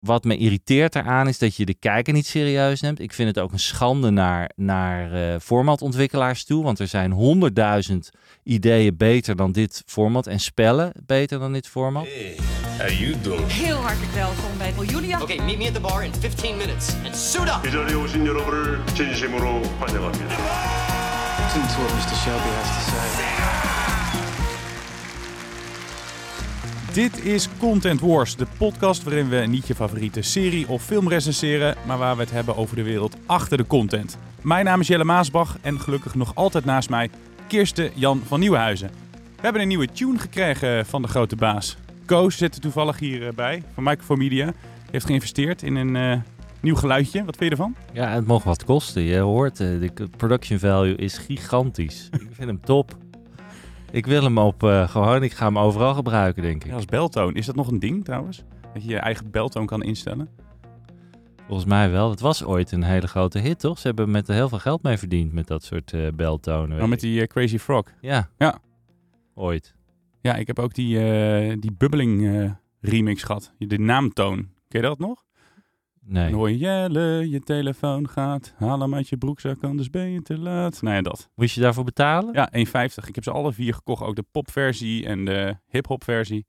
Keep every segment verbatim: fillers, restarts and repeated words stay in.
wat me irriteert eraan is dat je de kijker niet serieus neemt. Ik vind het ook een schande naar, naar uh, formatontwikkelaars toe. Want er zijn honderdduizend ideeën beter dan dit format. En spellen beter dan dit format. Hey, how you doing? Heel hartelijk welkom bij Julia. Okay, meet me at the bar in fifteen minutes. And suit up! 이 자리에 오신 여러분을 진심으로 환영합니다. Listen to what mister Shelby has to say. Dit is Content Wars, de podcast waarin we niet je favoriete serie of film recenseren, maar waar we het hebben over de wereld achter de content. Mijn naam is Jelle Maasbach en gelukkig nog altijd naast mij Kirsten Jan van Nieuwenhuizen. We hebben een nieuwe tune gekregen van de grote baas. Koos zit er toevallig hierbij van Microphone Media. Die heeft geïnvesteerd in een uh, nieuw geluidje. Wat vind je ervan? Ja, het mag wat kosten. Je hoort, uh, de production value is gigantisch. Ik vind hem top. Ik wil hem op uh, gewoon, ik ga hem overal gebruiken, denk ik. Ja, als beltoon. Is dat nog een ding trouwens? Dat je je eigen beltoon kan instellen? Volgens mij wel. Het was ooit een hele grote hit, toch? Ze hebben met er heel veel geld mee verdiend met dat soort uh, beltonen. Oh, met die uh, Crazy Frog? Ja. Ja. Ooit. Ja, ik heb ook die, uh, die bubbling uh, remix gehad. De naamtoon. Ken je dat nog? Nee. Dan hoor je Jelle, je telefoon gaat. Haal hem uit je broekzak, anders ben je te laat. Nou ja, dat. Moest je daarvoor betalen? Ja, één vijftig. Ik heb ze alle vier gekocht. Ook de popversie en de hip-hop versie.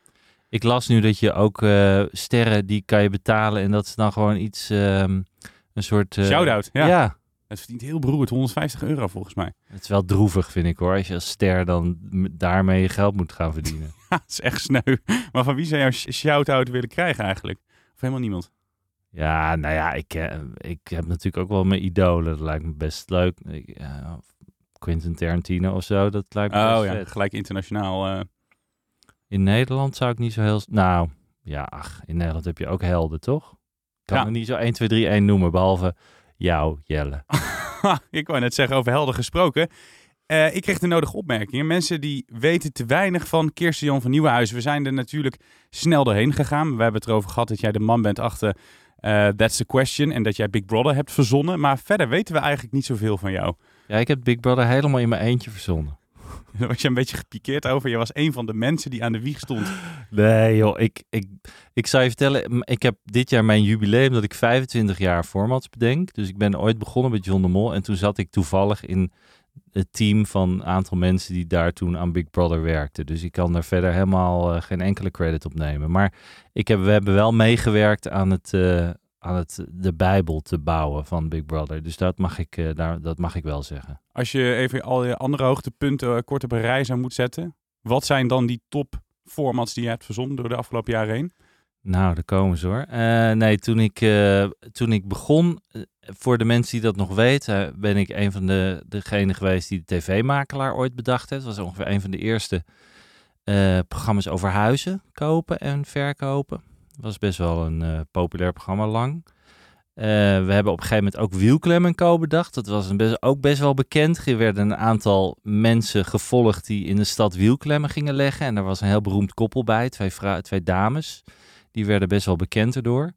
Ik las nu dat je ook uh, sterren die kan je betalen en dat is dan gewoon iets, um, een soort... Uh, Shout-out, ja. ja. Het verdient heel beroerd, honderdvijftig euro volgens mij. Het is wel droevig, vind ik hoor, als je als ster dan daarmee je geld moet gaan verdienen. Ja, het is echt sneu. Maar van wie zou je een shout-out willen krijgen eigenlijk? Of helemaal niemand? Ja, nou ja, ik, ik heb natuurlijk ook wel mijn idolen. Dat lijkt me best leuk. Ik, uh, Quentin Tarantino of zo, dat lijkt me oh, best ja, vet. gelijk internationaal. Uh... In Nederland zou ik niet zo heel... Nou, ja, ach, in Nederland heb je ook helden, toch? Ik kan ja. er niet zo één, twee, drie, één noemen, behalve jou, Jelle. Ik wou net zeggen, over helden gesproken. Uh, ik kreeg de nodige opmerkingen. Mensen die weten te weinig van Kirsten Jan van Nieuwenhuizen. We zijn er natuurlijk snel doorheen gegaan. We hebben het erover gehad dat jij de man bent achter uh, That's the Question. En dat jij Big Brother hebt verzonnen. Maar verder weten we eigenlijk niet zoveel van jou. Ja, ik heb Big Brother helemaal in mijn eentje verzonnen. Daar was je een beetje gepikeerd over. Je was een van de mensen die aan de wieg stond. Nee joh, ik, ik, ik zou je vertellen. Ik heb dit jaar mijn jubileum dat ik vijfentwintig jaar formats bedenk. Dus ik ben ooit begonnen met John de Mol. En toen zat ik toevallig in het team van een aantal mensen die daar toen aan Big Brother werkten. Dus ik kan daar verder helemaal uh, geen enkele credit op nemen. Maar ik heb, we hebben wel meegewerkt aan het, uh, aan het de Bijbel te bouwen van Big Brother. Dus dat mag ik, uh, daar, dat mag ik wel zeggen. Als je even al je andere hoogtepunten uh, kort op een rij zou moeten zetten. Wat zijn dan die top formats die je hebt verzonnen door de afgelopen jaren heen? Nou, daar komen ze hoor. Uh, nee, toen ik, uh, toen ik begon, uh, voor de mensen die dat nog weten, ben ik een van de degenen geweest die de tv-makelaar ooit bedacht heeft. Dat was ongeveer een van de eerste uh, programma's over huizen kopen en verkopen. Dat was best wel een uh, populair programma lang. Uh, we hebben op een gegeven moment ook Wielklem en Co bedacht. Dat was een best, ook best wel bekend. Er werden een aantal mensen gevolgd die in de stad wielklemmen gingen leggen. En er was een heel beroemd koppel bij, twee, vrou- twee dames. Die werden best wel bekend erdoor.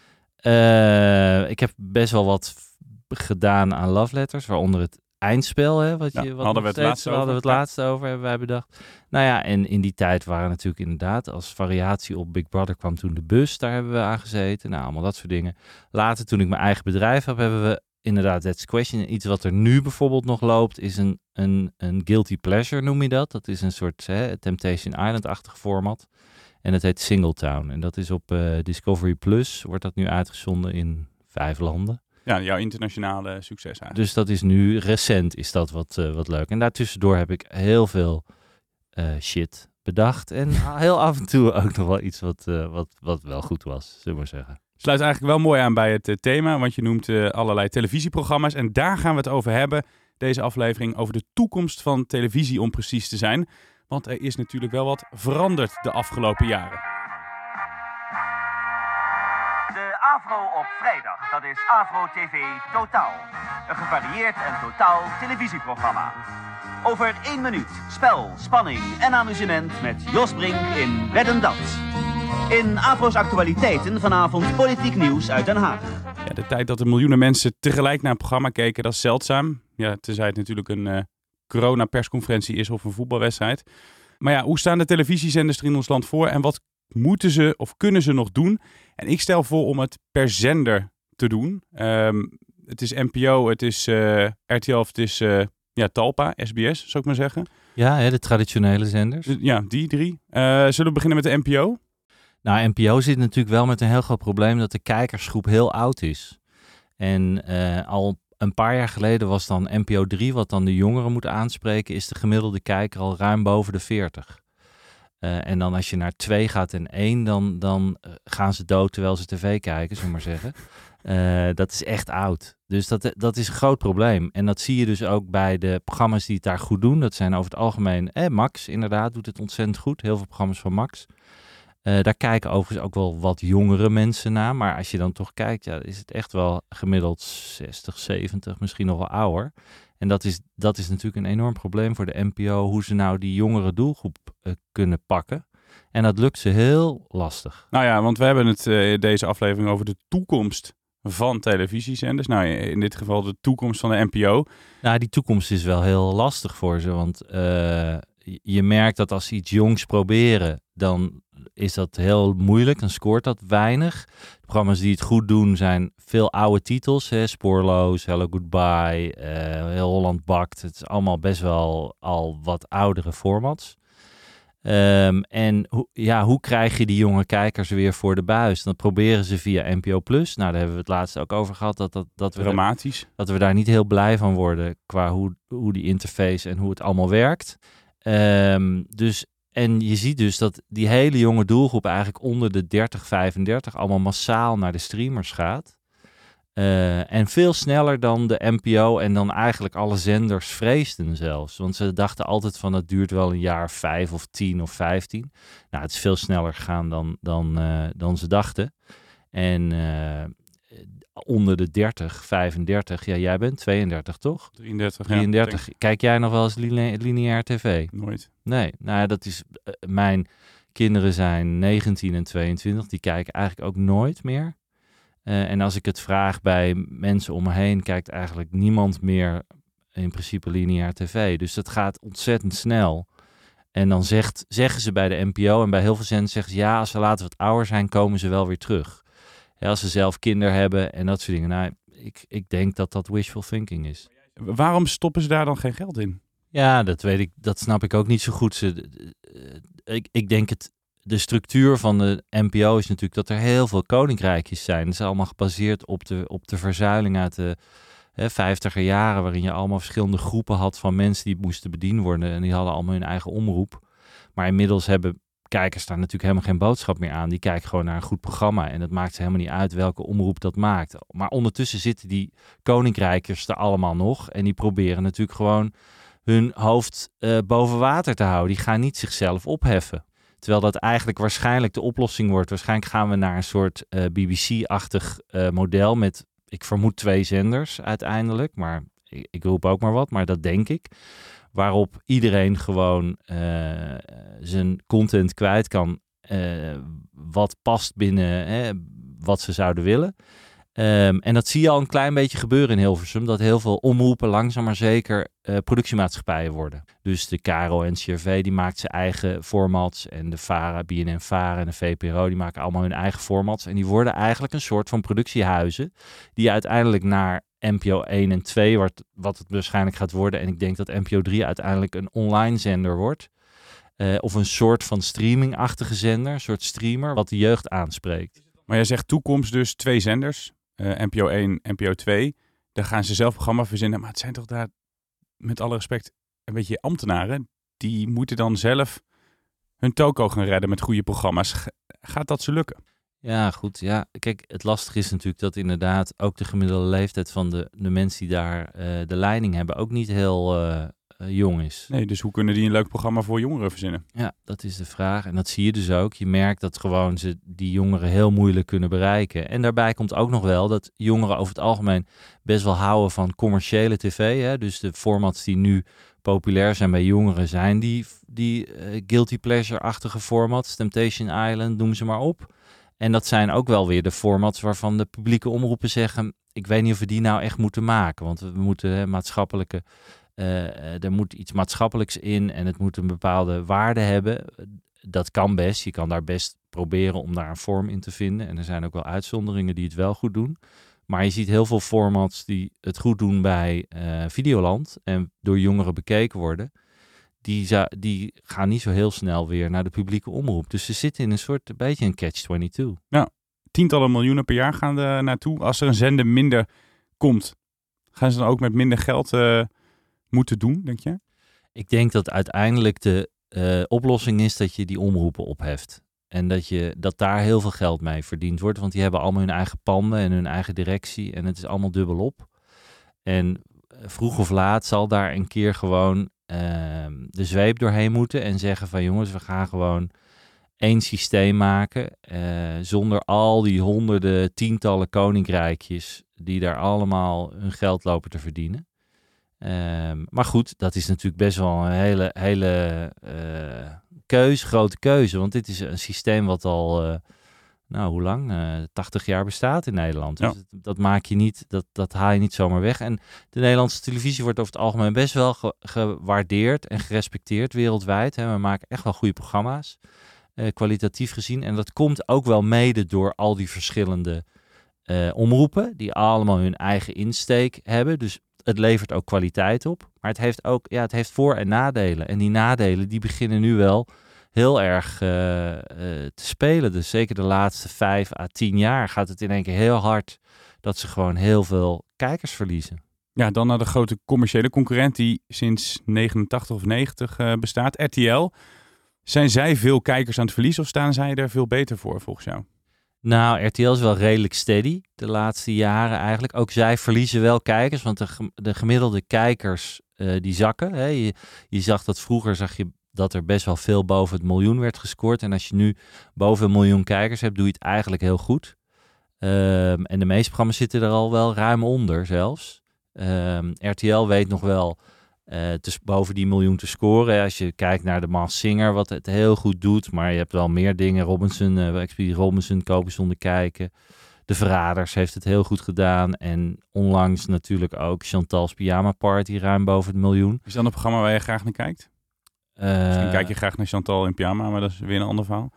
Uh, ik heb best wel wat f- gedaan aan love letters, waaronder het eindspel. Hè, wat je, ja, wat hadden we het steeds, laatste hadden we over. het laatste over, hebben wij bedacht. Nou ja, en in die tijd waren natuurlijk inderdaad, als variatie op Big Brother kwam toen de bus. Daar hebben we aan gezeten. Nou, allemaal dat soort dingen. Later, toen ik mijn eigen bedrijf heb, hebben we inderdaad That's the Question. Iets wat er nu bijvoorbeeld nog loopt, is een, een, een guilty pleasure, noem je dat. Dat is een soort hè, Temptation Island-achtig format. En het heet Singletown. En dat is op uh, Discovery Plus. Wordt dat nu uitgezonden in vijf landen. Ja, jouw internationale succes eigenlijk. Dus dat is nu recent, is dat wat, uh, wat leuk. En daartussendoor heb ik heel veel uh, shit bedacht. En heel af en toe ook nog wel iets wat, uh, wat, wat wel goed was, zullen we maar zeggen. Sluit eigenlijk wel mooi aan bij het uh, thema, want je noemt uh, allerlei televisieprogramma's. En daar gaan we het over hebben, deze aflevering, over de toekomst van televisie om precies te zijn. Want er is natuurlijk wel wat veranderd de afgelopen jaren. De Afro op vrijdag, dat is Afro T V Totaal. Een gevarieerd en totaal televisieprogramma. Over één minuut spel, spanning en amusement met Jos Brink in Wedden Dat. In Afro's actualiteiten vanavond politiek nieuws uit Den Haag. Ja, de tijd dat er miljoenen mensen tegelijk naar een programma keken, dat is zeldzaam. Ja, tenzij het natuurlijk een uh, corona-persconferentie is of een voetbalwedstrijd. Maar ja, hoe staan de televisiezenders er in ons land voor en wat moeten ze of kunnen ze nog doen? En ik stel voor om het per zender te doen. Um, het is N P O, het is uh, R T L of het is uh, ja, Talpa, S B S, zou ik maar zeggen. Ja, hè, de traditionele zenders. Ja, die drie. Uh, zullen we beginnen met de N P O? Nou, N P O zit natuurlijk wel met een heel groot probleem dat de kijkersgroep heel oud is. En uh, al een paar jaar geleden was dan N P O drie, wat dan de jongeren moet aanspreken, is de gemiddelde kijker al ruim boven de veertig. Uh, en dan als je naar twee gaat en één, dan, dan uh, gaan ze dood terwijl ze tv kijken, zullen we maar zeggen. Uh, dat is echt oud. Dus dat, dat is een groot probleem. En dat zie je dus ook bij de programma's die het daar goed doen. Dat zijn over het algemeen, eh, Max inderdaad doet het ontzettend goed. Heel veel programma's van Max. Uh, daar kijken overigens ook wel wat jongere mensen naar. Maar als je dan toch kijkt, ja, is het echt wel gemiddeld zestig, zeventig, misschien nog wel ouder. En dat is, dat is natuurlijk een enorm probleem voor de N P O, hoe ze nou die jongere doelgroep uh, kunnen pakken. En dat lukt ze heel lastig. Nou ja, want we hebben het uh, deze aflevering over de toekomst van televisiezenders. Nou, in dit geval de toekomst van de N P O. Nou, die toekomst is wel heel lastig voor ze, want uh, je merkt dat als ze iets jongs proberen, dan is dat heel moeilijk, dan scoort dat weinig. De programma's die het goed doen zijn veel oude titels, hè? Spoorloos, Hello Goodbye, uh, Heel Holland Bakt. Het is allemaal best wel al wat oudere formats. Um, en ho- ja, hoe krijg je die jonge kijkers weer voor de buis? Dan proberen ze via N P O Plus. Nou, daar hebben we het laatst ook over gehad. Dat, dat, dat, we, Dramatisch. dat we daar niet heel blij van worden qua hoe, hoe die interface en hoe het allemaal werkt. Um, dus, en je ziet dus dat die hele jonge doelgroep eigenlijk onder de dertig, vijfendertig allemaal massaal naar de streamers gaat. Uh, en veel sneller dan de N P O en dan eigenlijk alle zenders vreesden zelfs. Want ze dachten altijd van het duurt wel een jaar vijf of tien of vijftien. Nou, het is veel sneller gegaan dan, dan, uh, dan ze dachten. En uh, onder de dertig, vijfendertig, ja, jij bent tweeëndertig toch? drieëndertig, drieëndertig. Ja, Kijk jij nog wel eens line- lineair tv? Nooit. Nee, nou ja, dat is... Uh, mijn kinderen zijn negentien en tweeëntwintig. Die kijken eigenlijk ook nooit meer. Uh, en als ik het vraag bij mensen om me heen, kijkt eigenlijk niemand meer in principe lineair tv. Dus dat gaat ontzettend snel. En dan zegt, zeggen ze bij de N P O en bij heel veel zenders zeggen ze, ja, als ze later wat ouder zijn, komen ze wel weer terug. Ja, als ze zelf kinderen hebben en dat soort dingen. Nou, ik, ik denk dat dat wishful thinking is. Waarom stoppen ze daar dan geen geld in? Ja, dat weet ik, dat snap ik ook niet zo goed. Ze, uh, ik, ik denk het... De structuur van de N P O is natuurlijk dat er heel veel koninkrijkjes zijn. Dat is allemaal gebaseerd op de, op de verzuiling uit de hè, vijftiger jaren, waarin je allemaal verschillende groepen had van mensen die moesten bediend worden. En die hadden allemaal hun eigen omroep. Maar inmiddels hebben kijkers daar natuurlijk helemaal geen boodschap meer aan. Die kijken gewoon naar een goed programma. En dat maakt ze helemaal niet uit welke omroep dat maakt. Maar ondertussen zitten die koninkrijkers er allemaal nog. En die proberen natuurlijk gewoon hun hoofd uh, boven water te houden. Die gaan niet zichzelf opheffen. Terwijl dat eigenlijk waarschijnlijk de oplossing wordt. Waarschijnlijk gaan we naar een soort uh, B B C-achtig uh, model met, ik vermoed, twee zenders uiteindelijk. Maar ik, ik roep ook maar wat, maar dat denk ik. Waarop iedereen gewoon uh, zijn content kwijt kan, uh, wat past binnen uh, wat ze zouden willen. Um, en dat zie je al een klein beetje gebeuren in Hilversum, dat heel veel omroepen langzaam maar zeker uh, productiemaatschappijen worden. Dus de K R O en C R V die maakt zijn eigen formats en de VARA, B N N VARA en de V P R O die maken allemaal hun eigen formats. En die worden eigenlijk een soort van productiehuizen die uiteindelijk naar N P O één en twee, wat, wat het waarschijnlijk gaat worden. En ik denk dat N P O drie uiteindelijk een online zender wordt. Uh, of een soort van streamingachtige zender, een soort streamer, wat de jeugd aanspreekt. Maar jij zegt toekomst dus twee zenders. Uh, N P O één, N P O twee. Daar gaan ze zelf programma verzinnen. Maar het zijn toch daar, met alle respect, een beetje ambtenaren. Die moeten dan zelf hun toko gaan redden met goede programma's. G- gaat dat ze lukken? Ja, goed. Ja, kijk, het lastige is natuurlijk dat inderdaad ook de gemiddelde leeftijd van de, de mensen die daar uh, de leiding hebben ook niet heel uh, uh, jong is. Nee, dus hoe kunnen die een leuk programma voor jongeren verzinnen? Ja, dat is de vraag. En dat zie je dus ook. Je merkt dat gewoon ze die jongeren heel moeilijk kunnen bereiken. En daarbij komt ook nog wel dat jongeren over het algemeen best wel houden van commerciële tv. Hè? Dus de formats die nu populair zijn bij jongeren zijn die, die uh, guilty pleasure-achtige formats. Temptation Island, noem ze maar op. En dat zijn ook wel weer de formats waarvan de publieke omroepen zeggen, ik weet niet of we die nou echt moeten maken. Want we moeten hè, maatschappelijke, uh, er moet iets maatschappelijks in en het moet een bepaalde waarde hebben. Dat kan best. Je kan daar best proberen om daar een vorm in te vinden. En er zijn ook wel uitzonderingen die het wel goed doen. Maar je ziet heel veel formats die het goed doen bij uh, Videoland en door jongeren bekeken worden. Die, za- die gaan niet zo heel snel weer naar de publieke omroep. Dus ze zitten in een soort, een beetje een catch twenty-two. Ja, tientallen miljoenen per jaar gaan er naartoe. Als er een zender minder komt, gaan ze dan ook met minder geld uh, moeten doen, denk je? Ik denk dat uiteindelijk de uh, oplossing is dat je die omroepen opheft. En dat, je, dat daar heel veel geld mee verdiend wordt. Want die hebben allemaal hun eigen panden en hun eigen directie. En het is allemaal dubbelop. En vroeg of laat zal daar een keer gewoon uh, de zweep doorheen moeten. En zeggen van jongens, we gaan gewoon één systeem maken. Uh, zonder al die honderden, tientallen koninkrijkjes die daar allemaal hun geld lopen te verdienen. Um, maar goed, dat is natuurlijk best wel een hele, hele uh, keuze, grote keuze. Want dit is een systeem wat al, uh, nou hoe lang? Uh, tachtig jaar bestaat in Nederland. Dus ja. dat, dat maak je niet, dat, dat haal je niet zomaar weg. En de Nederlandse televisie wordt over het algemeen best wel ge- gewaardeerd en gerespecteerd wereldwijd. Hè. We maken echt wel goede programma's, uh, kwalitatief gezien. En dat komt ook wel mede door al die verschillende uh, omroepen, die allemaal hun eigen insteek hebben. Dus het levert ook kwaliteit op, maar het heeft ook, ja, het heeft voor- en nadelen. En die nadelen, die beginnen nu wel heel erg uh, uh, te spelen. Dus zeker de laatste vijf à tien jaar gaat het in één keer heel hard dat ze gewoon heel veel kijkers verliezen. Ja, dan naar de grote commerciële concurrent die sinds negenentachtig of negentig uh, bestaat, R T L. Zijn zij veel kijkers aan het verliezen of staan zij er veel beter voor volgens jou? Nou, R T L is wel redelijk steady de laatste jaren eigenlijk. Ook zij verliezen wel kijkers, want de, de gemiddelde kijkers uh, die zakken. Hè. Je, je zag dat vroeger, zag je dat er best wel veel boven het miljoen werd gescoord. En als je nu boven een miljoen kijkers hebt, doe je het eigenlijk heel goed. Um, en de meeste programma's zitten er al wel ruim onder zelfs. Um, R T L weet nog wel uh, te, boven die miljoen te scoren. Als je kijkt naar de Masked Singer, wat het heel goed doet. Maar je hebt wel meer dingen. Robinson, uh, Expeditie Robinson, Kopen zonder kijken. De Verraders heeft het heel goed gedaan. En onlangs natuurlijk ook Chantal's Pyjama Party, ruim boven het miljoen. Is dat een programma waar je graag naar kijkt? Uh, Misschien kijk je graag naar Chantal in pyjama, maar dat is weer een ander verhaal.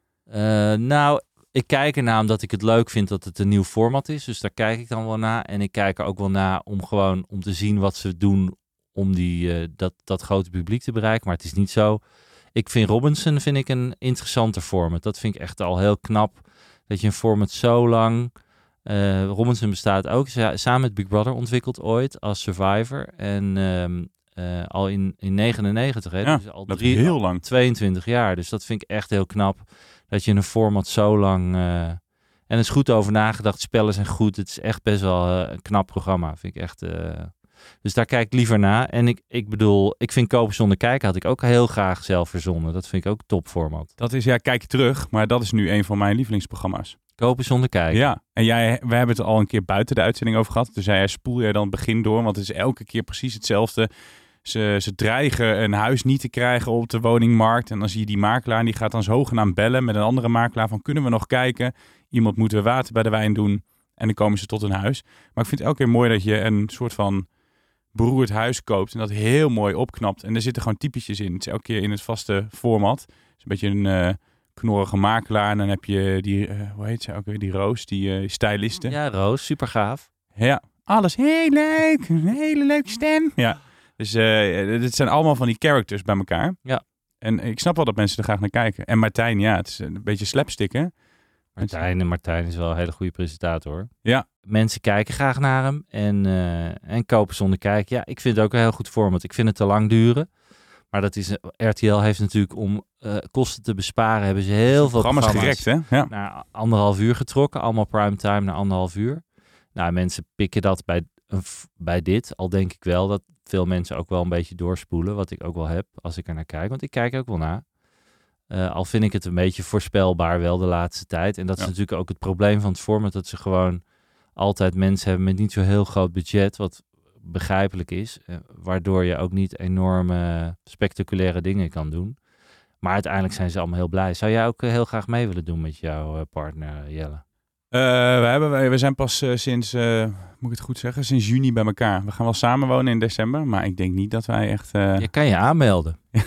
Uh, nou, ik kijk ernaar omdat ik het leuk vind dat het een nieuw format is. Dus daar kijk ik dan wel naar. En ik kijk er ook wel naar om gewoon om te zien wat ze doen om die, uh, dat, dat grote publiek te bereiken. Maar het is niet zo. Ik vind Robinson vind ik een interessanter format. Dat vind ik echt al heel knap. Dat je een format zo lang... Uh, Robinson bestaat ook za- samen met Big Brother ontwikkeld ooit als Survivor. En um, uh, al in, in negenennegentig. Hè? Ja, dus al dat drie, is heel lang. tweeëntwintig jaar. Dus dat vind ik echt heel knap. Dat je een format zo lang... Uh, en er is goed over nagedacht. Spellen zijn goed. Het is echt best wel uh, een knap programma. Vind ik echt... Uh, dus daar kijk ik liever naar. En ik, ik bedoel, ik vind Kopen zonder kijken had ik ook heel graag zelf verzonnen. Dat vind ik ook topformat. Dat is, ja, kijk je terug. Maar dat is nu een van mijn lievelingsprogramma's. Kopen zonder kijken. Ja, en jij, we hebben het al een keer buiten de uitzending over gehad. Toen zei hij, spoel jij dan het begin door? Want het is elke keer precies hetzelfde. Ze, ze dreigen een huis niet te krijgen op de woningmarkt. En dan zie je die makelaar, die gaat dan zogenaamd bellen met een andere makelaar van, kunnen we nog kijken? Iemand moet weer water bij de wijn doen. En dan komen ze tot een huis. Maar ik vind het elke keer mooi dat je een soort van beroerd huis koopt en dat heel mooi opknapt. En er zitten gewoon typetjes in. Het is elke keer in het vaste format. Het is een beetje een uh, knorrige makelaar. En dan heb je die, uh, hoe heet ze ook weer, die Roos, die uh, styliste. Ja, Roos, super gaaf. Ja, alles heel leuk. Een hele leuke stem. Ja, dus uh, dit zijn allemaal van die characters bij elkaar. Ja. En ik snap wel dat mensen er graag naar kijken. En Martijn, ja, het is een beetje slapstick, hè? Martijn, Martijn is wel een hele goede presentator, hoor. Ja. Mensen kijken graag naar hem en, uh, en kopen zonder kijken. Ja, ik vind het ook een heel goed format. Ik vind het te lang duren. Maar dat is, R T L heeft natuurlijk om uh, kosten te besparen, hebben ze heel veel programma's, programma's gerekt, hè? Ja. naar anderhalf uur getrokken. Allemaal primetime naar anderhalf uur. Nou, mensen pikken dat bij, uh, bij dit. Al denk ik wel dat veel mensen ook wel een beetje doorspoelen. Wat ik ook wel heb als ik er naar kijk. Want ik kijk er ook wel naar. Uh, al vind ik het een beetje voorspelbaar wel de laatste tijd. En dat ja. is natuurlijk ook het probleem van het format. Dat ze gewoon altijd mensen hebben met niet zo heel groot budget. Wat begrijpelijk is. Uh, waardoor je ook niet enorme spectaculaire dingen kan doen. Maar uiteindelijk zijn ze allemaal heel blij. Zou jij ook uh, heel graag mee willen doen met jouw uh, partner, uh, Jelle? Uh, we, hebben, we zijn pas uh, sinds, uh, moet ik het goed zeggen, sinds juni bij elkaar. We gaan wel samenwonen in december. Maar ik denk niet dat wij echt... Uh... Je kan je aanmelden.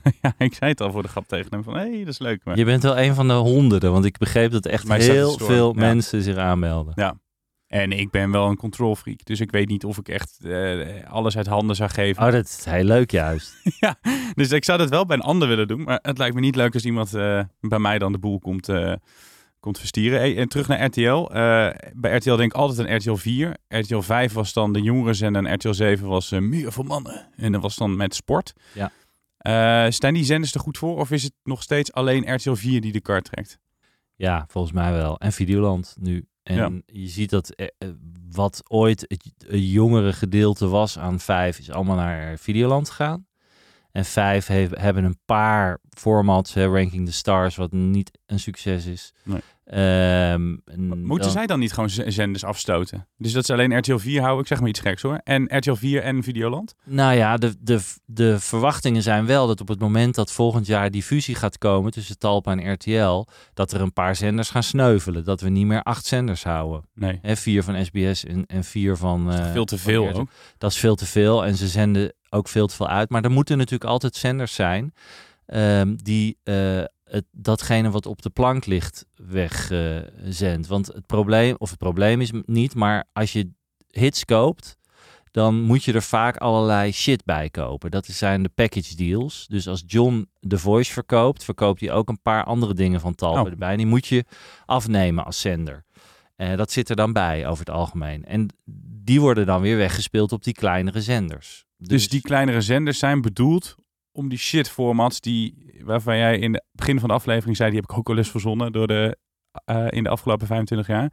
ja, ik zei het al voor de grap tegen hem van, hé, hey, dat is leuk. Maar... Je bent wel een van de honderden, want ik begreep dat echt Mij staat heel het storm, veel ja. mensen zich aanmelden. Ja. En ik ben wel een control freak, dus ik weet niet of ik echt uh, alles uit handen zou geven. Oh, dat is heel leuk juist. ja, dus ik zou dat wel bij een ander willen doen, maar het lijkt me niet leuk als iemand uh, bij mij dan de boel komt, uh, komt verstieren. Hey, en terug naar R T L. Uh, bij R T L denk ik altijd aan R T L vier. R T L vijf was dan de jongerenzender en R T L zeven was uh, meer voor mannen. En dat was dan met sport. Ja. Uh, staan die zenders er goed voor of is het nog steeds alleen R T L vier die de kar trekt? Ja, volgens mij wel. En Videoland nu. En ja. je ziet dat eh, wat ooit het, het jongere gedeelte was aan vijf is allemaal naar Videoland gegaan. En vijf heeft, hebben een paar formats, hè, Ranking the Stars, wat niet een succes is. Nee. Um, Moeten dan, zij dan niet gewoon zenders afstoten? Dus dat ze alleen R T L vier houden, ik zeg maar iets geks hoor. En R T L vier en Videoland? Nou ja, de, de, de verwachtingen zijn wel dat op het moment dat volgend jaar die fusie gaat komen tussen Talpa en R T L, dat er een paar zenders gaan sneuvelen. Dat we niet meer acht zenders houden. Nee. Hè, vier van S B S en, en vier van... Uh, veel te veel ook. Dat is veel te veel en ze zenden ook veel te veel uit. Maar er moeten natuurlijk altijd zenders zijn um, die... Uh, Het, datgene wat op de plank ligt wegzendt. Uh, Want het probleem, of het probleem is niet, maar als je hits koopt, dan moet je er vaak allerlei shit bij kopen. Dat zijn de package deals. Dus als John The Voice verkoopt, verkoopt hij ook een paar andere dingen van Talpa oh. erbij. Die moet je afnemen als zender. Uh, dat zit er dan bij over het algemeen. En die worden dan weer weggespeeld op die kleinere zenders. Dus, dus die kleinere zenders zijn bedoeld om die shit formats die, waarvan jij in het begin van de aflevering zei, die heb ik ook al eens verzonnen door de, uh, in de afgelopen vijfentwintig jaar.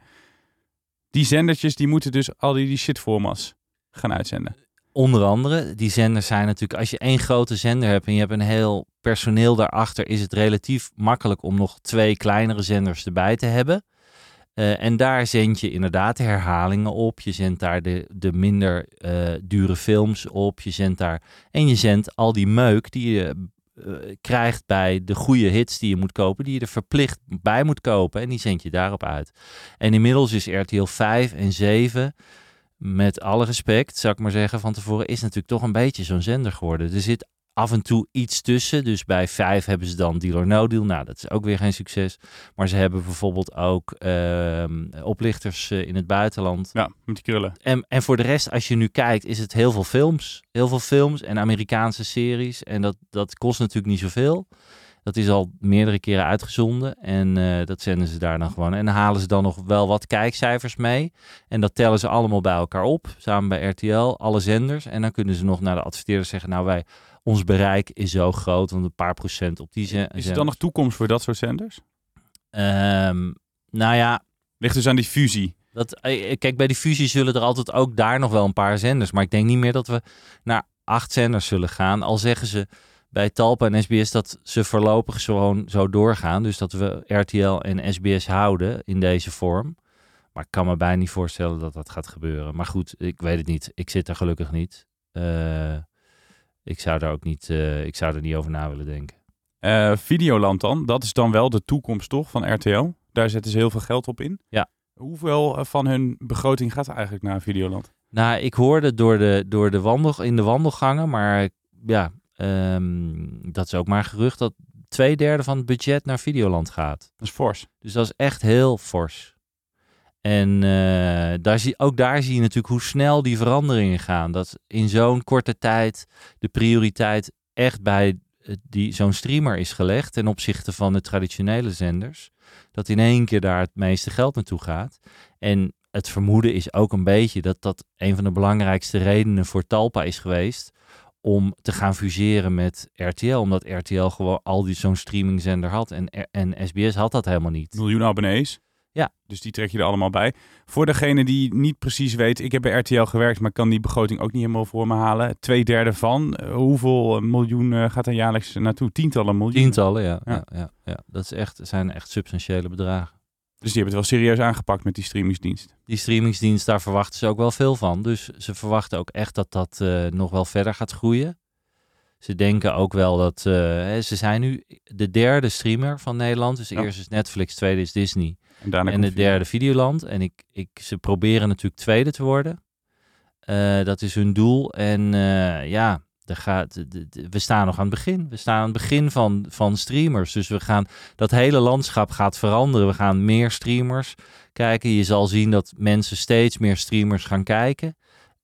Die zendertjes, die moeten dus al die, die shit formats gaan uitzenden. Onder andere, die zenders zijn natuurlijk, als je één grote zender hebt en je hebt een heel personeel daarachter, is het relatief makkelijk om nog twee kleinere zenders erbij te hebben. Uh, en daar zend je inderdaad de herhalingen op. Je zendt daar de, de minder uh, dure films op. Je zendt daar, en je zendt al die meuk die je uh, krijgt bij de goede hits die je moet kopen, die je er verplicht bij moet kopen. En die zend je daarop uit. En inmiddels is R T L vijf en zeven, met alle respect, zou ik maar zeggen, van tevoren, is natuurlijk toch een beetje zo'n zender geworden. Er zit af en toe iets tussen. Dus bij vijf hebben ze dan Deal or No Deal. Nou, dat is ook weer geen succes. Maar ze hebben bijvoorbeeld ook uh, oplichters uh, in het buitenland. Ja, met die krullen. En, en voor de rest, als je nu kijkt, is het heel veel films. Heel veel films en Amerikaanse series. En dat, dat kost natuurlijk niet zoveel. Dat is al meerdere keren uitgezonden. En uh, dat zenden ze daar dan gewoon. En dan halen ze dan nog wel wat kijkcijfers mee. En dat tellen ze allemaal bij elkaar op. Samen bij R T L, alle zenders. En dan kunnen ze nog naar de adverteerders zeggen, nou wij... Ons bereik is zo groot, want een paar procent op die zenders. Is er dan nog toekomst voor dat soort zenders? Um, nou ja... Ligt dus aan die fusie. Dat, kijk, bij die fusie zullen er altijd ook daar nog wel een paar zenders. Maar ik denk niet meer dat we naar acht zenders zullen gaan. Al zeggen ze bij Talpa en S B S dat ze voorlopig gewoon zo doorgaan. Dus dat we R T L en S B S houden in deze vorm. Maar ik kan me bijna niet voorstellen dat dat gaat gebeuren. Maar goed, ik weet het niet. Ik zit er gelukkig niet. Uh, Ik zou daar ook niet, uh, ik zou er niet over na willen denken. Uh, Videoland dan, dat is dan wel de toekomst toch van R T L? Daar zetten ze heel veel geld op in. Ja. Hoeveel van hun begroting gaat er eigenlijk naar Videoland? Nou, ik hoorde door de, door de wandel, in de wandelgangen, maar ja, um, dat is ook maar gerucht dat twee derde van het budget naar Videoland gaat. Dat is fors. Dus dat is echt heel fors. En uh, daar zie, ook daar zie je natuurlijk hoe snel die veranderingen gaan. Dat in zo'n korte tijd de prioriteit echt bij die, zo'n streamer is gelegd ten opzichte van de traditionele zenders. Dat in één keer daar het meeste geld naartoe gaat. En het vermoeden is ook een beetje dat dat een van de belangrijkste redenen voor Talpa is geweest om te gaan fuseren met R T L. Omdat R T L gewoon al die zo'n streamingzender had en, en S B S had dat helemaal niet. Miljoen abonnees. Ja. Dus die trek je er allemaal bij. Voor degene die niet precies weet, ik heb bij R T L gewerkt, maar kan die begroting ook niet helemaal voor me halen. Twee derde van, uh, hoeveel miljoen uh, gaat er jaarlijks naartoe? Tientallen miljoen? Tientallen, ja. ja. ja, ja, ja. Dat is echt, zijn echt substantiële bedragen. Dus die hebben het wel serieus aangepakt met die streamingsdienst. Die streamingsdienst, daar verwachten ze ook wel veel van. Dus ze verwachten ook echt dat dat uh, nog wel verder gaat groeien. Ze denken ook wel dat... Uh, ze zijn nu de derde streamer van Nederland. Dus ja. eerst is Netflix, tweede is Disney. En, daarna en de derde Videoland. En ik, ik, ze proberen natuurlijk tweede te worden. Uh, dat is hun doel. En uh, ja, er gaat, de, de, we staan nog aan het begin. We staan aan het begin van, van streamers. Dus we gaan, dat hele landschap gaat veranderen. We gaan meer streamers kijken. Je zal zien dat mensen steeds meer streamers gaan kijken.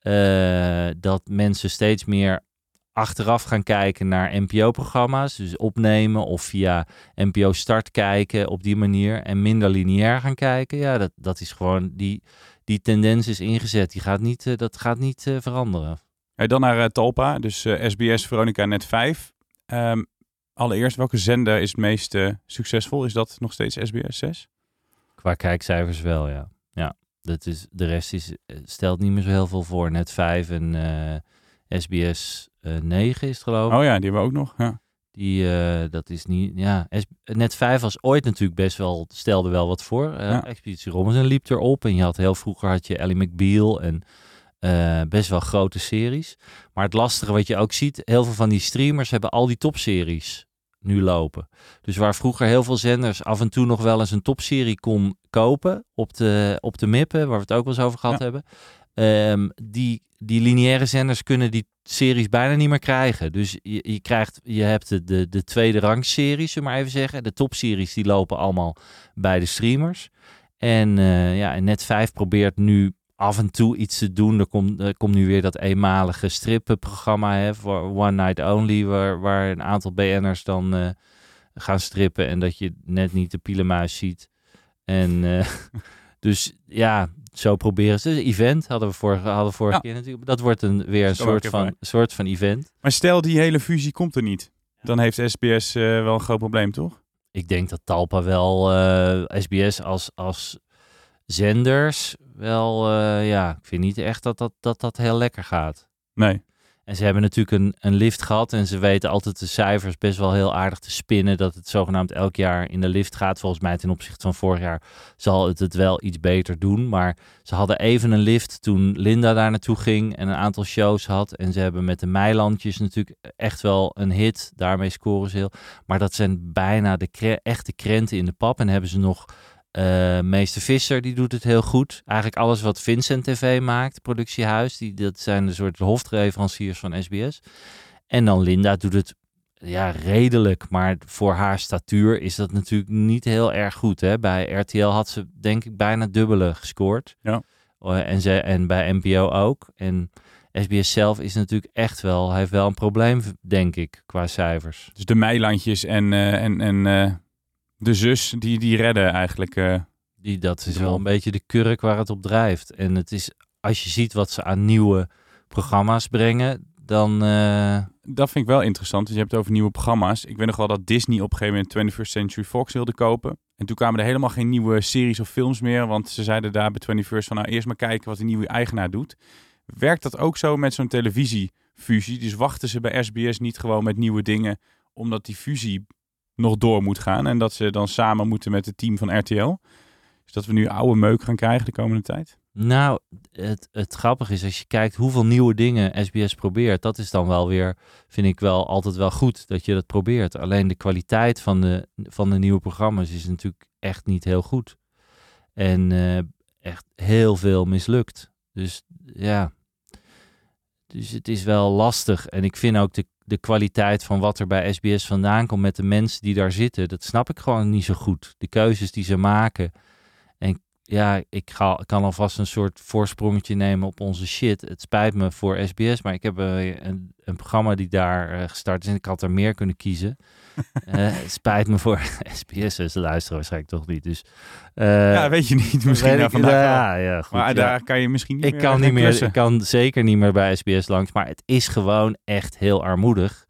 Uh, dat mensen steeds meer achteraf gaan kijken naar N P O-programma's. Dus opnemen of via N P O Start kijken op die manier. En minder lineair gaan kijken. Ja, dat, dat is gewoon... Die, die tendens is ingezet. Die gaat niet, uh, dat gaat niet uh, veranderen. Hey, dan naar uh, Talpa. Dus uh, S B S, Veronica, Net vijf. Um, allereerst, welke zender is het meest uh, succesvol? Is dat nog steeds S B S zes? Qua kijkcijfers wel, ja. Ja, dat is, de rest is, stelt niet meer zo heel veel voor. Net vijf en uh, S B S uh, negen is het geloof ik. Oh ja, die hebben we ook nog. Ja. Die, uh, dat is niet, ja. S- Net vijf was ooit natuurlijk best wel, stelde wel wat voor. Uh, ja. Expeditie Robinson liep erop. En je had heel vroeger had je Ellie McBeal en uh, best wel grote series. Maar het lastige wat je ook ziet, heel veel van die streamers hebben al die topseries nu lopen. Dus waar vroeger heel veel zenders af en toe nog wel eens een topserie kon kopen op de, op de mippen, waar we het ook wel eens over gehad ja. hebben. Um, die, die lineaire zenders kunnen die series bijna niet meer krijgen. Dus je, je krijgt, je hebt de, de, de tweede rang series, zullen we maar even zeggen. De topseries die lopen allemaal bij de streamers. En uh, ja, en Net vijf probeert nu af en toe iets te doen. Er komt, er komt nu weer dat eenmalige strippenprogramma, hè, voor One Night Only, waar, waar een aantal B N'ers dan uh, gaan strippen en dat je net niet de pielenmuis ziet. En uh, dus ja, zo proberen ze. Dus event hadden we vorige, hadden we vorige ja. keer natuurlijk. Dat wordt een, weer een soort van, soort van event. Maar stel die hele fusie komt er niet. Dan heeft S B S uh, wel een groot probleem, toch? Ik denk dat Talpa wel uh, S B S als, als zenders wel, uh, ja, ik vind niet echt dat dat, dat dat heel lekker gaat. Nee. En ze hebben natuurlijk een, een lift gehad en ze weten altijd de cijfers best wel heel aardig te spinnen. Dat het zogenaamd elk jaar in de lift gaat. Volgens mij ten opzichte van vorig jaar zal het het wel iets beter doen. Maar ze hadden even een lift toen Linda daar naartoe ging en een aantal shows had. En ze hebben met de Meilandjes natuurlijk echt wel een hit. Daarmee scoren ze heel. Maar dat zijn bijna de kre- echte krenten in de pap. En hebben ze nog uh, Meester Visser, die doet het heel goed. Eigenlijk alles wat Vincent T V maakt, productiehuis. Die, dat zijn de soort hoofdleveranciers van S B S. En dan Linda doet het ja, redelijk. Maar voor haar statuur is dat natuurlijk niet heel erg goed. Hè? Bij R T L had ze denk ik bijna dubbele gescoord. Ja. Uh, en, ze, en bij N P O ook. En S B S zelf is natuurlijk echt wel, hij heeft wel een probleem, denk ik, qua cijfers. Dus de Meilandjes en, uh, en, en uh, de zus, die, die redden eigenlijk. Uh, die, dat is wel een beetje de kurk waar het op drijft. En het is, als je ziet wat ze aan nieuwe programma's brengen, dan... Uh... Dat vind ik wel interessant. Dus je hebt het over nieuwe programma's. Ik weet nog wel dat Disney op een gegeven moment twenty-first Century Fox wilde kopen. En toen kwamen er helemaal geen nieuwe series of films meer. Want ze zeiden daar bij twenty-first van, nou eerst maar kijken wat de nieuwe eigenaar doet. Werkt dat ook zo met zo'n televisiefusie? Dus wachten ze bij S B S niet gewoon met nieuwe dingen, omdat die fusie nog door moet gaan en dat ze dan samen moeten met het team van R T L? Dus dat we nu oude meuk gaan krijgen de komende tijd? Nou, het, het grappige is, als je kijkt hoeveel nieuwe dingen S B S probeert, dat is dan wel weer, vind ik wel altijd wel goed dat je dat probeert. Alleen de kwaliteit van de, van de nieuwe programma's is natuurlijk echt niet heel goed. En uh, echt heel veel mislukt. Dus ja, dus het is wel lastig. En ik vind ook de, de kwaliteit van wat er bij S B S vandaan komt met de mensen die daar zitten, dat snap ik gewoon niet zo goed. De keuzes die ze maken. En ja, ik ga, kan alvast een soort voorsprongetje nemen op onze shit. Het spijt me voor S B S, maar ik heb een, een, een programma die daar uh, gestart is en ik had er meer kunnen kiezen. uh, het spijt me voor S B S, ze luisteren waarschijnlijk toch niet. Dus, uh, ja, weet je niet. Misschien weet ik, vandaag ja, ja, goed, maar ja. daar kan je misschien niet ik meer kan niet meer. klussen. Ik kan zeker niet meer bij S B S langs, maar het is gewoon echt heel armoedig.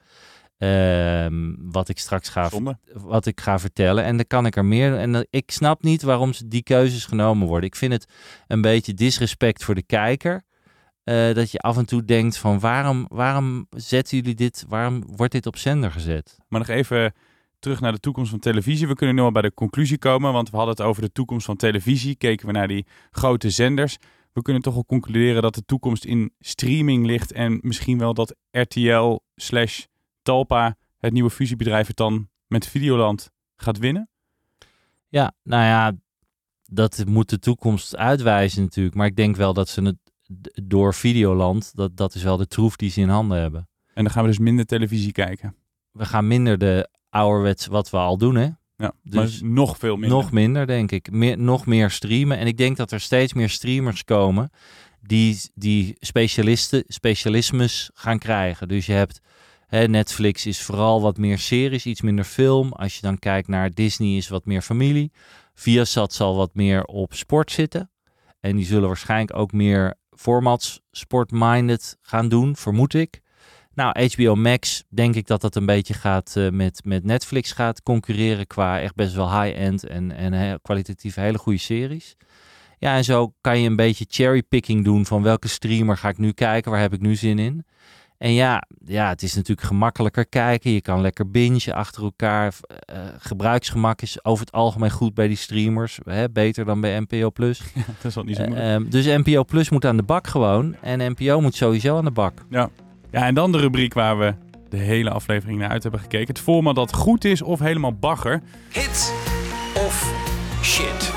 Um, wat ik straks ga, wat ik ga vertellen. En dan kan ik er meer. En uh, ik snap niet waarom ze die keuzes genomen worden. Ik vind het een beetje disrespect voor de kijker. Uh, dat je af en toe denkt van waarom, waarom zetten jullie dit? Waarom wordt dit op zender gezet? Maar nog even terug naar de toekomst van televisie. We kunnen nu al bij de conclusie komen, want we hadden het over de toekomst van televisie. Keken we naar die grote zenders. We kunnen toch wel concluderen dat de toekomst in streaming ligt en misschien wel dat R T L slash Talpa, het nieuwe fusiebedrijf, het dan met Videoland gaat winnen? Ja, nou ja, dat moet de toekomst uitwijzen natuurlijk. Maar ik denk wel dat ze het door Videoland, dat, dat is wel de troef die ze in handen hebben. En dan gaan we dus minder televisie kijken. We gaan minder de ouderwets wat we al doen, hè? Ja, Dus maar nog veel minder. Nog minder, denk ik. Meer, nog meer streamen. En ik denk dat er steeds meer streamers komen die, die specialisten, specialismes gaan krijgen. Dus je hebt, hè, Netflix is vooral wat meer series, iets minder film. Als je dan kijkt naar Disney is wat meer familie. Viasat zal wat meer op sport zitten. En die zullen waarschijnlijk ook meer formats sport-minded gaan doen, vermoed ik. Nou, H B O Max, denk ik dat dat een beetje gaat uh, met, met Netflix gaat concurreren qua echt best wel high-end en, en he, kwalitatief hele goede series. Ja, en zo kan je een beetje cherrypicking doen van welke streamer ga ik nu kijken, waar heb ik nu zin in. En ja, ja het is natuurlijk gemakkelijker kijken. Je kan lekker bingen achter elkaar. Uh, gebruiksgemak is over het algemeen goed bij die streamers. Hè? Beter dan bij N P O Plus. Ja, dat is wel niet zo moeilijk. Uh, um, dus N P O Plus moet aan de bak gewoon. En N P O moet sowieso aan de bak. Ja. Ja, en dan de rubriek waar we de hele aflevering naar uit hebben gekeken. Het format dat goed is of helemaal bagger. Hit of shit.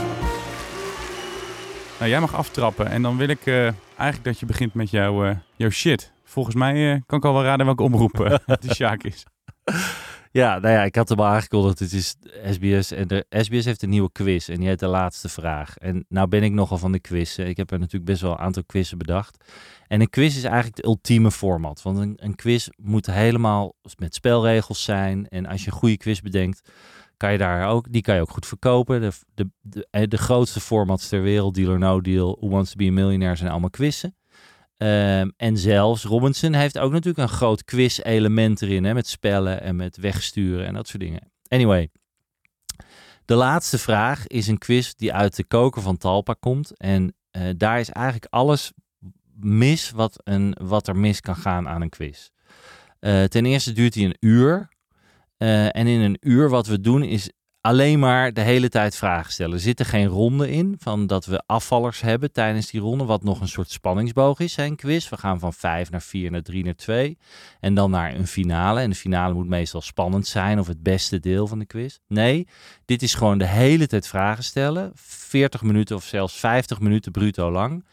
Nou, jij mag aftrappen en dan wil ik uh, eigenlijk dat je begint met jouw, uh, jouw shit. Volgens mij uh, kan ik al wel raden welke omroep uh, de Sjaak is. Ja, nou ja, ik had hem al aangekondigd. Het is S B S en de S B S heeft een nieuwe quiz en die heet De Laatste Vraag. En nou ben ik nogal van de quiz. Ik heb er natuurlijk best wel een aantal quizzen bedacht. En een quiz is eigenlijk het ultieme format. Want een, een quiz moet helemaal met spelregels zijn. En als je een goede quiz bedenkt, kan je daar ook, die kan je ook goed verkopen. De, de, de, de grootste formats ter wereld, Deal or No Deal, Who Wants to Be a Millionaire, zijn allemaal quizzen. Um, en zelfs Robinson heeft ook natuurlijk een groot quiz-element erin, hè, met spellen en met wegsturen en dat soort dingen. Anyway, de laatste vraag is een quiz die uit de koker van Talpa komt. En uh, daar is eigenlijk alles mis wat, een, wat er mis kan gaan aan een quiz. Uh, ten eerste duurt hij een uur. Uh, en in een uur wat we doen is alleen maar de hele tijd vragen stellen. Er zitten geen ronden in, van dat we afvallers hebben tijdens die ronde, wat nog een soort spanningsboog is, een quiz. We gaan van vijf naar vier, naar drie, naar twee. En dan naar een finale. En de finale moet meestal spannend zijn, of het beste deel van de quiz. Nee, dit is gewoon de hele tijd vragen stellen. veertig minuten of zelfs vijftig minuten bruto lang.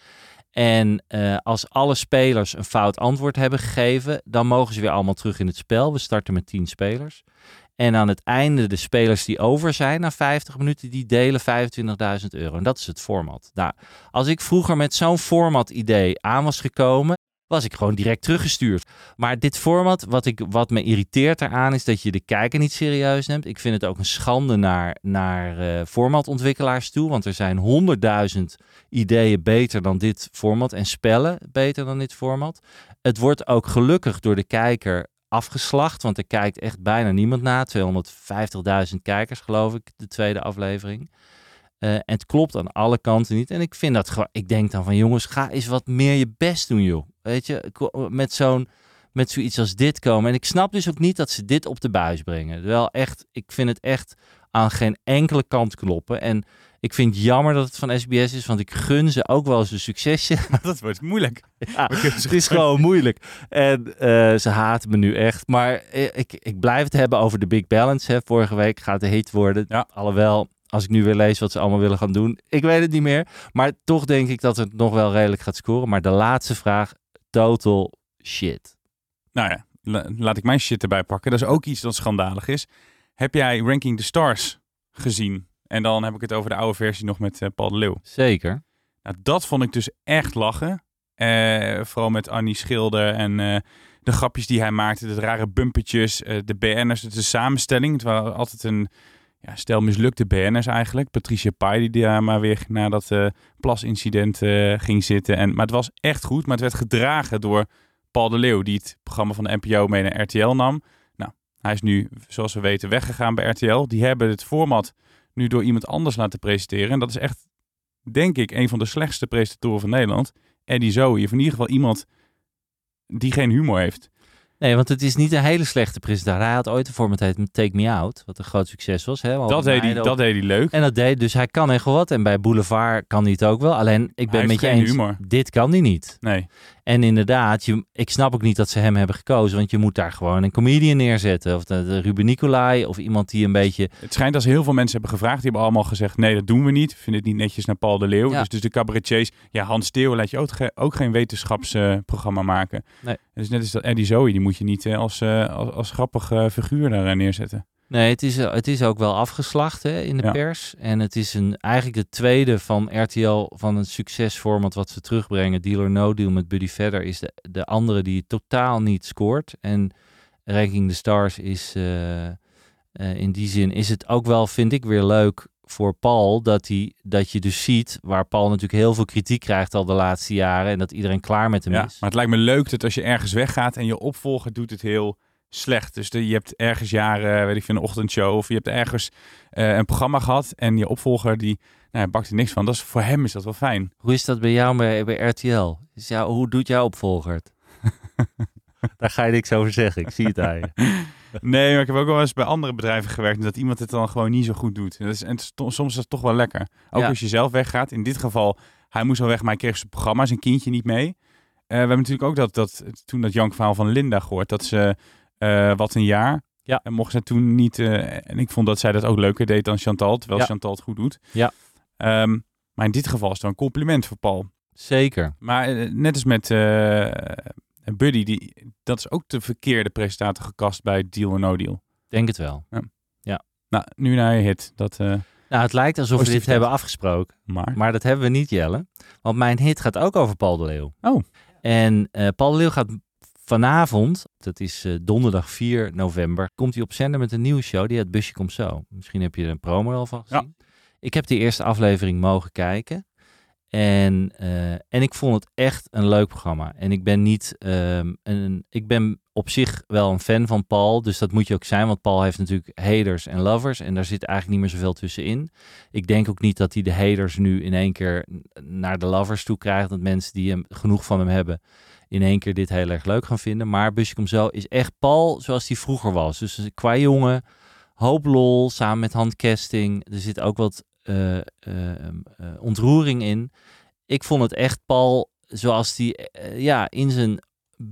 En uh, als alle spelers een fout antwoord hebben gegeven, dan mogen ze weer allemaal terug in het spel. We starten met tien spelers. En aan het einde de spelers die over zijn na vijftig minuten, die delen vijfentwintigduizend euro. En dat is het format. Nou, als ik vroeger met zo'n format idee aan was gekomen, was ik gewoon direct teruggestuurd. Maar dit format, wat, ik, wat me irriteert eraan, is dat je de kijker niet serieus neemt. Ik vind het ook een schande naar, naar uh, formatontwikkelaars toe. Want er zijn honderdduizend ideeën beter dan dit format. En spellen beter dan dit format. Het wordt ook gelukkig door de kijker afgeslacht, want er kijkt echt bijna niemand na. tweehonderdvijftigduizend kijkers, geloof ik, de tweede aflevering. Uh, en het klopt aan alle kanten niet. En ik vind dat gewoon, ik denk dan van jongens, ga eens wat meer je best doen, joh. Weet je, met zo'n, met zoiets als dit komen. En ik snap dus ook niet dat ze dit op de buis brengen. Wel echt, ik vind het echt aan geen enkele kant kloppen. En ik vind het jammer dat het van S B S is, want ik gun ze ook wel eens een succesje. Dat wordt moeilijk. Ja, het is gewoon moeilijk. En uh, ze haten me nu echt. Maar ik, ik blijf het hebben over de Big Balance. Hè. Vorige week gaat de hit worden. Ja. Alhoewel, als ik nu weer lees wat ze allemaal willen gaan doen, ik weet het niet meer. Maar toch denk ik dat het nog wel redelijk gaat scoren. Maar de laatste vraag, total shit. Nou ja, la- laat ik mijn shit erbij pakken. Dat is ook iets dat schandalig is. Heb jij Ranking the Stars gezien? En dan heb ik het over de oude versie nog met uh, Paul de Leeuw. Zeker. Nou, dat vond ik dus echt lachen. Uh, vooral met Annie Schilder en uh, de grapjes die hij maakte. De rare bumpertjes, uh, de B N'ers, de samenstelling. Het was altijd een ja, stel mislukte B N'ers eigenlijk. Patricia Pai die daar maar weer na dat uh, plasincident uh, ging zitten. En, maar het was echt goed. Maar het werd gedragen door Paul de Leeuw, die het programma van de N P O mee naar R T L nam. Nou, hij is nu, zoals we weten, weggegaan bij R T L. Die hebben het format nu door iemand anders laten presenteren. En dat is echt, denk ik, een van de slechtste presentatoren van Nederland. Eddie Zoe, of in ieder geval iemand die geen humor heeft. Nee, want het is niet een hele slechte presentator. Hij had ooit een format heet Take Me Out, wat een groot succes was. Hè? Dat deed, hij, dat deed hij leuk. En dat deed, dus hij kan echt wel wat. En bij Boulevard kan hij het ook wel. Alleen, ik ben met je eens, humor. Dit kan hij niet. Nee. En inderdaad, je, ik snap ook niet dat ze hem hebben gekozen. Want je moet daar gewoon een comedian neerzetten. Of de, de Ruben Nicolai. Of iemand die een beetje... Het schijnt als heel veel mensen hebben gevraagd. Die hebben allemaal gezegd, nee, dat doen we niet. Vinden het niet netjes naar Paul de Leeuw. Ja. Dus, dus de cabaretiers... Ja, Hans Steeuwen laat je ook, ge- ook geen wetenschapsprogramma uh, maken. Nee. Dus net als dat Eddie Zoe. Die moet je niet uh, als, uh, als, als grappig uh, figuur daar uh, neerzetten. Nee, het is, het is ook wel afgeslacht hè, in de Ja. pers. En het is een, eigenlijk de tweede van R T L van een succesformat wat ze terugbrengen. Deal or No Deal met Buddy Vedder is de, de andere die totaal niet scoort. En Ranking the Stars is uh, uh, in die zin is het ook wel, vind ik, weer leuk voor Paul. Dat, hij, dat je dus ziet waar Paul natuurlijk heel veel kritiek krijgt al de laatste jaren. En dat iedereen klaar met hem Ja, is. maar het lijkt me leuk dat als je ergens weggaat en je opvolger doet het heel... slecht. Dus de, je hebt ergens jaren, weet ik veel, een ochtendshow of je hebt ergens uh, een programma gehad en je opvolger die, nou, bakt er niks van. Dat is, voor hem is dat wel fijn. Hoe is dat bij jou bij, bij R T L? Is jou, hoe doet jouw opvolger het? Daar ga je niks over zeggen. Ik zie het aan je. Nee, maar ik heb ook wel eens bij andere bedrijven gewerkt en dat iemand het dan gewoon niet zo goed doet. En, dat is, en het is to, soms is dat toch wel lekker. Ook Ja. als je zelf weggaat. In dit geval, hij moest wel weg, maar hij kreeg zijn programma, zijn kindje niet mee. Uh, we hebben natuurlijk ook dat, dat toen dat jankverhaal van Linda gehoord, dat ze uh, wat een jaar. Ja. En mocht zij toen niet... Uh, en ik vond dat zij dat ook leuker deed dan Chantal, terwijl Ja. Chantal het goed doet. Ja. Um, maar in dit geval is het wel een compliment voor Paul. Zeker. Maar uh, net als met uh, Buddy, die, dat is ook de verkeerde presentator gekast bij Deal or No Deal. Denk het wel. Nou, nu naar je hit. Dat, uh, Nou, het lijkt alsof we dit Positief hebben afgesproken. maar... Maar dat hebben we niet, Jelle. Want mijn hit gaat ook over Paul de Leeuw. Oh. En uh, Paul de Leeuw gaat vanavond, dat is uh, donderdag vier november, komt hij op zender met een nieuwe show. Die heet Busje Komt Zo. Misschien heb je er een promo al van gezien. Ja. Ik heb de eerste aflevering mogen kijken. En, uh, en ik vond het echt een leuk programma. En ik ben niet, um, een, ik ben op zich wel een fan van Paul. Dus dat moet je ook zijn. Want Paul heeft natuurlijk haters en lovers. En daar zit eigenlijk niet meer zoveel tussenin. Ik denk ook niet dat hij de haters nu in één keer naar de lovers toe krijgt. Dat mensen die hem, genoeg van hem hebben in één keer dit heel erg leuk gaan vinden. Maar Busje Komt Zo is echt Paul zoals hij vroeger was. Dus qua jongen, hoop lol, samen met Han Kesting. Er zit ook wat uh, uh, uh, ontroering in. Ik vond het echt Paul zoals hij uh, ja, in zijn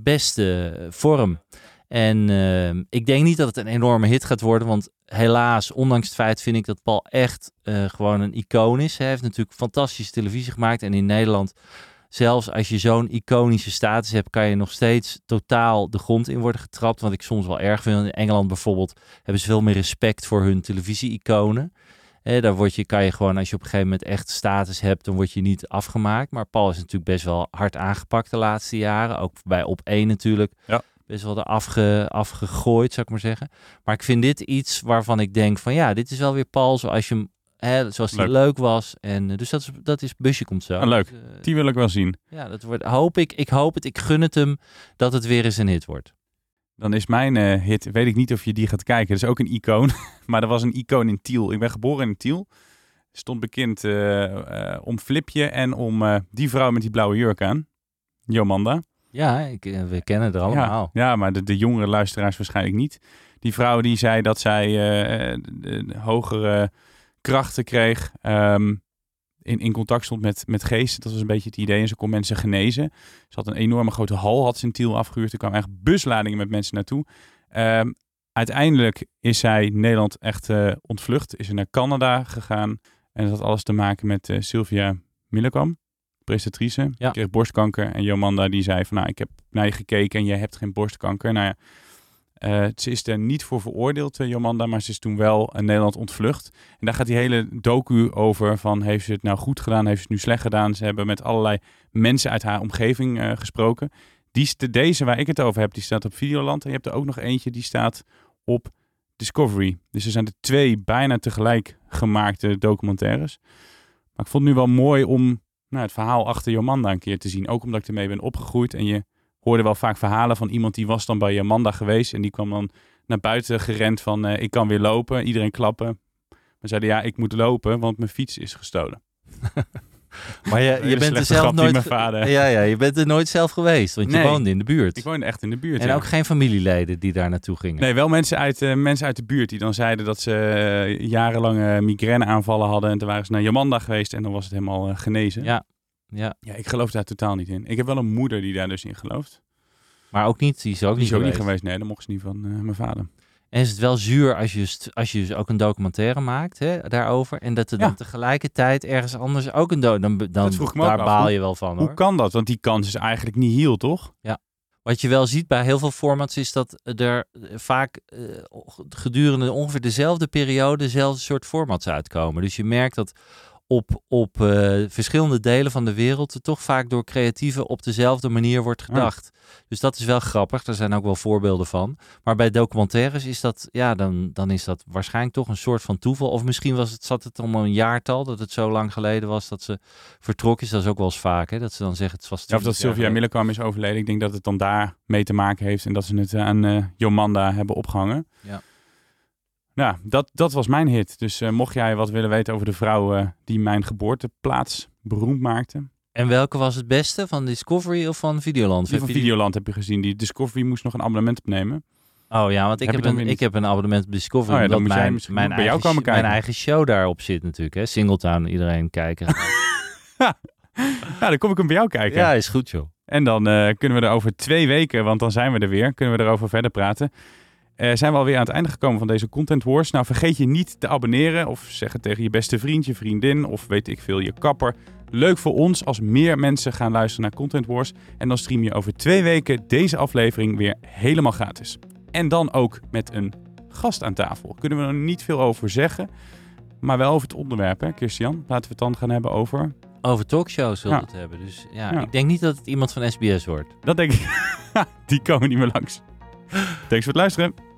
beste vorm. En uh, ik denk niet dat het een enorme hit gaat worden. Want helaas, ondanks het feit vind ik dat Paul echt uh, gewoon een icoon is. Hij heeft natuurlijk fantastische televisie gemaakt. En in Nederland, zelfs als je zo'n iconische status hebt, kan je nog steeds totaal de grond in worden getrapt. Wat ik soms wel erg vind. In Engeland bijvoorbeeld hebben ze veel meer respect voor hun televisie-iconen. Eh, daar word je, kan je gewoon, als je op een gegeven moment echt status hebt, dan word je niet afgemaakt. Maar Paul is natuurlijk best wel hard aangepakt de laatste jaren. Ook bij Op één natuurlijk. Ja. Best wel er afge, afgegooid, zou ik maar zeggen. Maar ik vind dit iets waarvan ik denk van ja, dit is wel weer Paul zoals je hem, hè, zoals hij leuk. leuk was. En dus dat is, dat is Busje Komt Zo. Ah, leuk, dus, uh, die wil ik wel zien. Ja, dat wordt, hoop ik, ik hoop het, ik gun het hem dat het weer eens een hit wordt. Dan is mijn uh, hit, weet ik niet of je die gaat kijken. Dat is ook een icoon. Maar er was een icoon in Tiel. Ik ben geboren in Tiel. Stond bekend uh, uh, om Flipje en om uh, die vrouw met die blauwe jurk aan. Jomanda. Ja, ik, we kennen er allemaal. Ja, ja maar de, de jongere luisteraars waarschijnlijk niet. Die vrouw die zei dat zij uh, de, de hogere krachten kreeg. Um, In, in contact stond met, met geesten. Dat was een beetje het idee. En ze kon mensen genezen. Ze had een enorme grote hal, had ze in Tiel afgehuurd. Er kwamen echt busladingen met mensen naartoe. Um, uiteindelijk is zij Nederland echt uh, ontvlucht. Is ze naar Canada gegaan. En dat had alles te maken met uh, Sylvia Millekam, presentatrice. Ja. Kreeg borstkanker. En Jomanda die zei van, nou, ik heb naar je gekeken en jij hebt geen borstkanker. Nou ja, Uh, ze is er niet voor veroordeeld, uh, Jomanda, maar ze is toen wel uh, Nederland ontvlucht. En daar gaat die hele docu over van, heeft ze het nou goed gedaan, heeft ze het nu slecht gedaan? Ze hebben met allerlei mensen uit haar omgeving uh, gesproken. Die, deze waar ik het over heb, die staat op Videoland. En je hebt er ook nog eentje, die staat op Discovery. Dus er zijn er twee bijna tegelijk gemaakte documentaires. Maar ik vond het nu wel mooi om nou, het verhaal achter Jomanda een keer te zien. Ook omdat ik ermee ben opgegroeid en je hoorde wel vaak verhalen van iemand die was dan bij Jomanda geweest. En die kwam dan naar buiten gerend van uh, ik kan weer lopen. Iedereen klappen. Maar zeiden ja, ik moet lopen, want mijn fiets is gestolen. Maar je, je bent er zelf nooit... Mijn vader. Ja, ja, je bent er nooit zelf geweest, want nee, je woonde in de buurt. Ik woonde echt in de buurt, En ja. ook geen familieleden die daar naartoe gingen? Nee, wel mensen uit, uh, mensen uit de buurt die dan zeiden dat ze uh, jarenlange migraineaanvallen hadden. En toen waren ze naar Jomanda geweest en dan was het helemaal uh, genezen. Ja. Ja. Ja, ik geloof daar totaal niet in. Ik heb wel een moeder die daar dus in gelooft. Maar ook niet, die is ook Die niet is ook geweest. niet geweest. Nee, dat mocht ze niet van uh, mijn vader. En is het wel zuur als je, st- als je dus ook een documentaire maakt hè, daarover. En dat er Ja. dan tegelijkertijd ergens anders ook een dood. Dan, dan, Dat vroeg ik me ook daar af. baal Hoe- je wel van Hoe hoor. kan dat? Want die kans is eigenlijk niet heel, toch? Wat je wel ziet bij heel veel formats is dat er vaak uh, gedurende ongeveer dezelfde periode dezelfde soort formats uitkomen. Dus je merkt dat op, op uh, verschillende delen van de wereld er toch vaak door creatieven op dezelfde manier wordt gedacht. Ja. Dus dat is wel grappig. Daar zijn ook wel voorbeelden van. Maar bij documentaires is dat, ja, dan, dan is dat waarschijnlijk toch een soort van toeval. Of misschien was het, zat het om een jaartal, dat het zo lang geleden was dat ze vertrok is. Dat is ook wel eens vaak, hè? Dat ze dan zeggen het was Ja, of dat Sylvia Millekam is overleden. Ik denk dat het dan daar mee te maken heeft en dat ze het aan uh, Jomanda hebben opgehangen. Ja. Nou, dat, dat was mijn hit. Dus uh, mocht jij wat willen weten over de vrouw uh, die mijn geboorteplaats beroemd maakte. En welke was het beste? Van Discovery of van Videoland? Die van Videoland heb je gezien. Die Discovery moest nog een abonnement opnemen. Oh ja, want ik heb, heb een, ik heb een abonnement op Discovery. Oh ja, dan moet mijn, jij misschien mijn bij eigen, jou komen kijken. Mijn eigen show daarop zit natuurlijk. Hè? Singletown, iedereen kijken. Ja, dan kom ik hem bij jou kijken. Ja, is goed joh. En dan uh, kunnen we er over twee weken, want dan zijn we er weer, kunnen we erover verder praten. Uh, zijn we alweer aan het einde gekomen van deze Content Wars. Nou, vergeet je niet te abonneren of zeg het tegen je beste vriend, je vriendin of weet ik veel, je kapper. Leuk voor ons als meer mensen gaan luisteren naar Content Wars. En dan stream je over twee weken deze aflevering weer helemaal gratis. En dan ook met een gast aan tafel. Kunnen we er niet veel over zeggen, maar wel over het onderwerp, hè, Christian? Laten we het dan gaan hebben over... Over talkshows zullen we ja. het hebben. Dus ja, ja, ik denk niet dat het iemand van S B S wordt. Dat denk ik. Die komen niet meer langs. Thanks voor het luisteren.